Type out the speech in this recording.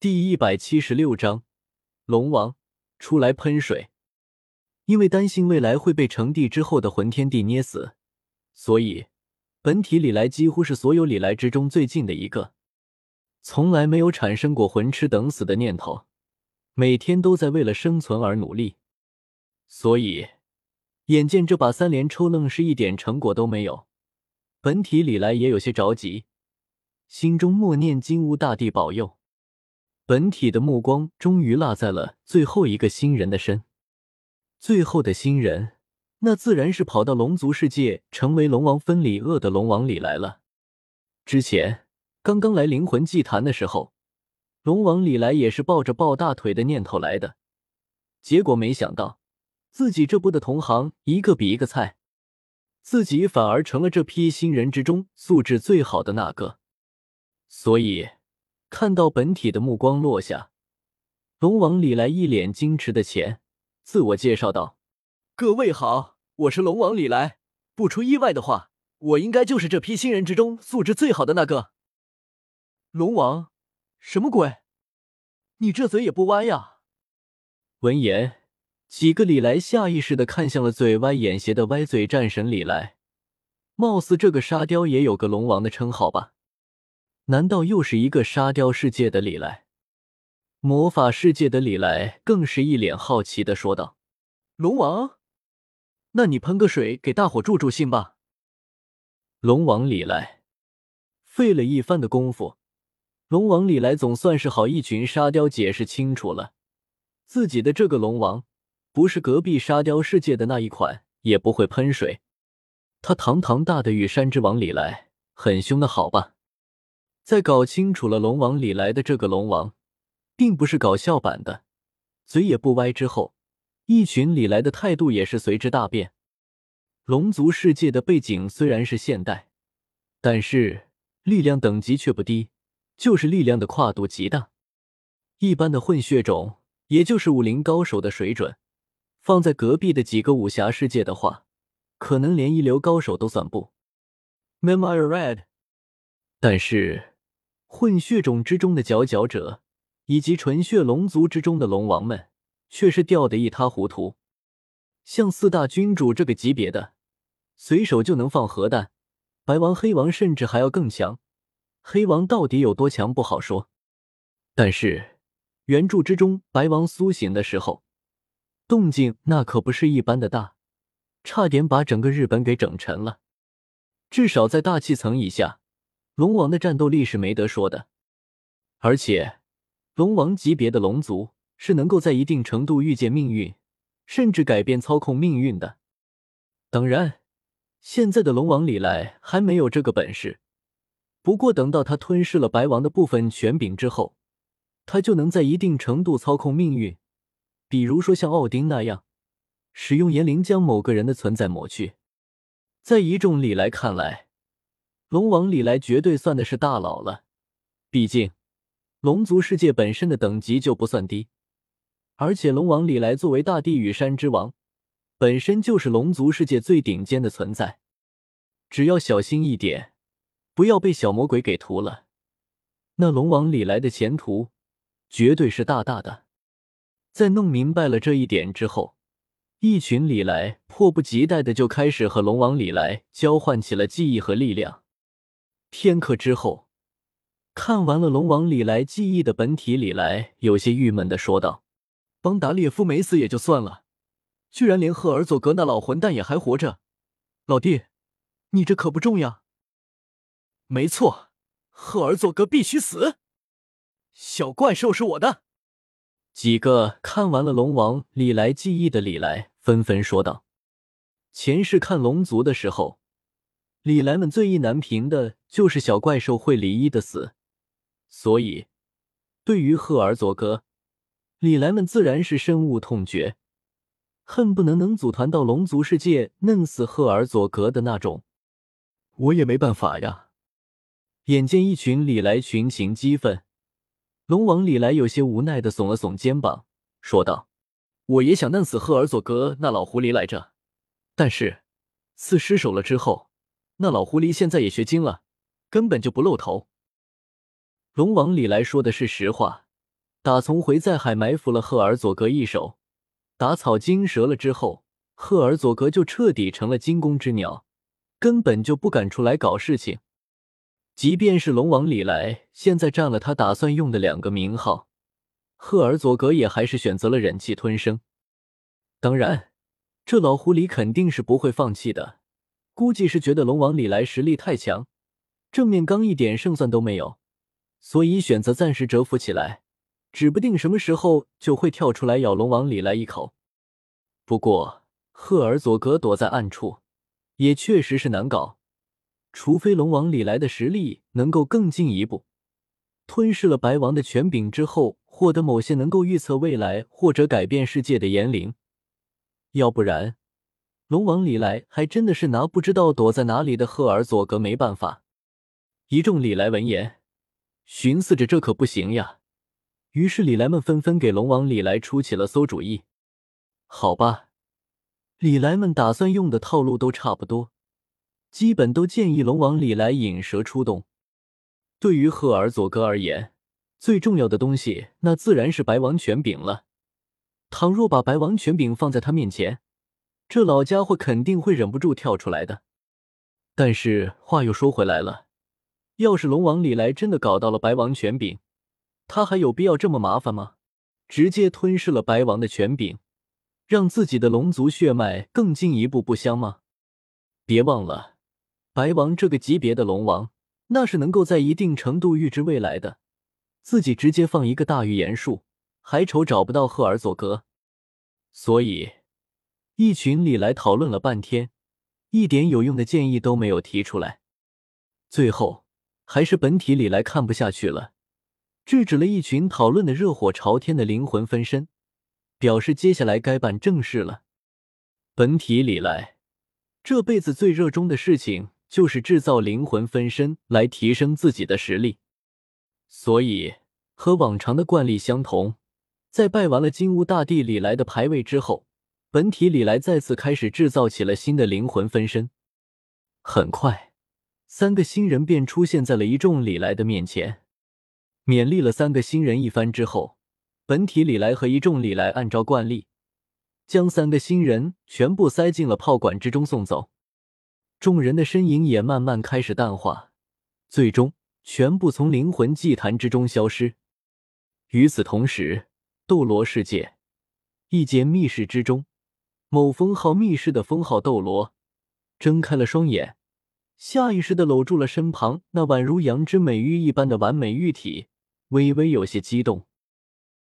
第176章龙王出来喷水。因为担心未来会被成帝之后的魂天帝捏死，所以本体李来几乎是所有李来之中最近的一个，从来没有产生过混吃等死的念头，每天都在为了生存而努力。所以眼见这把三连抽愣是一点成果都没有，本体李来也有些着急，心中默念金乌大帝保佑。本体的目光终于落在了最后一个新人的身。最后的新人，那自然是跑到龙族世界成为龙王分里厄的龙王李来了。之前刚刚来灵魂祭坛的时候，龙王李来也是抱着抱大腿的念头来的，结果没想到自己这波的同行一个比一个菜，自己反而成了这批新人之中素质最好的那个。所以看到本体的目光落下，龙王李来一脸矜持的自我介绍道：各位好，我是龙王李来，不出意外的话，我应该就是这批新人之中素质最好的那个。龙王？什么鬼？你这嘴也不歪呀！闻言，几个李来下意识地看向了嘴歪眼斜的歪嘴战神李来，貌似这个沙雕也有个龙王的称号吧？难道又是一个沙雕世界的李来？魔法世界的李来更是一脸好奇地说道：龙王？那你喷个水给大伙助助兴吧。龙王李来费了一番的功夫，龙王李来总算是好一群沙雕解释清楚了，自己的这个龙王不是隔壁沙雕世界的那一款，也不会喷水。他堂堂大的羽山之王李来很凶的好吧？在搞清楚了龙王李来的这个龙王并不是搞笑版的，嘴也不歪之后，一群李来的态度也是随之大变。龙族世界的背景虽然是现代，但是力量等级却不低，就是力量的跨度极大。一般的混血种，也就是武林高手的水准，放在隔壁的几个武侠世界的话，可能连一流高手都算不。Memory Red。但是混血种之中的佼佼者，以及纯血龙族之中的龙王们，却是掉得一塌糊涂。像四大君主这个级别的，随手就能放核弹，白王黑王甚至还要更强。黑王到底有多强不好说，但是原著之中白王苏醒的时候，动静那可不是一般的大，差点把整个日本给整沉了。至少在大气层以下，龙王的战斗力是没得说的。而且龙王级别的龙族是能够在一定程度预见命运，甚至改变操控命运的。当然现在的龙王李来还没有这个本事，不过等到他吞噬了白王的部分权柄之后，他就能在一定程度操控命运，比如说像奥丁那样，使用炎灵将某个人的存在抹去。在一众李来看来，龙王李来绝对算的是大佬了，毕竟龙族世界本身的等级就不算低，而且龙王李来作为大地羽山之王，本身就是龙族世界最顶尖的存在，只要小心一点，不要被小魔鬼给屠了，那龙王李来的前途绝对是大大的。在弄明白了这一点之后，一群李来迫不及待的就开始和龙王李来交换起了记忆和力量。天课之后，看完了龙王李来记忆的本体李来有些郁闷地说道：邦达列夫没死也就算了，居然连赫尔佐格那老混蛋也还活着，老弟，你这可不重呀。没错，赫尔佐格必须死，小怪兽是我的。几个看完了龙王李来记忆的李来纷纷说道。前世看龙族的时候，李来们最意难平的就是小怪兽会李一的死，所以对于赫尔佐格，李来们自然是深恶痛绝，恨不能组团到龙族世界弄死赫尔佐格的那种。我也没办法呀。眼见一群李来群情激愤，龙王李来有些无奈地耸了耸肩膀，说道：我也想弄死赫尔佐格那老狐狸来着，但是刺失手了之后，那老狐狸现在也学精了，根本就不露头。龙王李来说的是实话， 打从回在海埋伏了赫尔佐格一手，打草惊蛇了之后，赫尔佐格就彻底成了惊弓之鸟，根本就不敢出来搞事情。即便是龙王李来现在占了他打算用的2个名号，赫尔佐格也还是选择了忍气吞声。当然，这老狐狸肯定是不会放弃的，估计是觉得龙王李来实力太强，正面刚一点胜算都没有，所以选择暂时蛰伏起来，指不定什么时候就会跳出来咬龙王李来一口。不过赫尔佐格躲在暗处也确实是难搞，除非龙王李来的实力能够更进一步，吞噬了白王的权柄之后，获得某些能够预测未来或者改变世界的言灵，要不然龙王李来还真的是拿不知道躲在哪里的赫尔佐格没办法。一众李来闻言寻思着这可不行呀，于是李来们纷纷给龙王李来出起了馊主意。好吧，李来们打算用的套路都差不多，基本都建议龙王李来引蛇出洞。对于赫尔佐格而言，最重要的东西那自然是白王权柄了。倘若把白王权柄放在他面前，这老家伙肯定会忍不住跳出来的。但是话又说回来了，要是龙王李来真的搞到了白王权柄，他还有必要这么麻烦吗？直接吞噬了白王的权柄，让自己的龙族血脉更进一步不香吗？别忘了，白王这个级别的龙王，那是能够在一定程度预知未来的，自己直接放一个大预言术，还愁找不到赫尔佐格。所以一群李来讨论了半天，一点有用的建议都没有提出来。最后还是本体李来看不下去了，制止了一群讨论的热火朝天的灵魂分身，表示接下来该办正事了。本体李来这辈子最热衷的事情就是制造灵魂分身来提升自己的实力，所以和往常的惯例相同，在拜完了金乌大帝李来的牌位之后，本体李来再次开始制造起了新的灵魂分身。很快3个新人便出现在了一众李来的面前。勉励了3个新人一番之后，本体李来和一众李来按照惯例将3个新人全部塞进了炮管之中送走。众人的身影也慢慢开始淡化，最终全部从灵魂祭坛之中消失。与此同时，斗罗世界一间密室之中，某封号密室的封号斗罗睁开了双眼，下意识地搂住了身旁那宛如羊脂美玉一般的完美玉体，微微有些激动。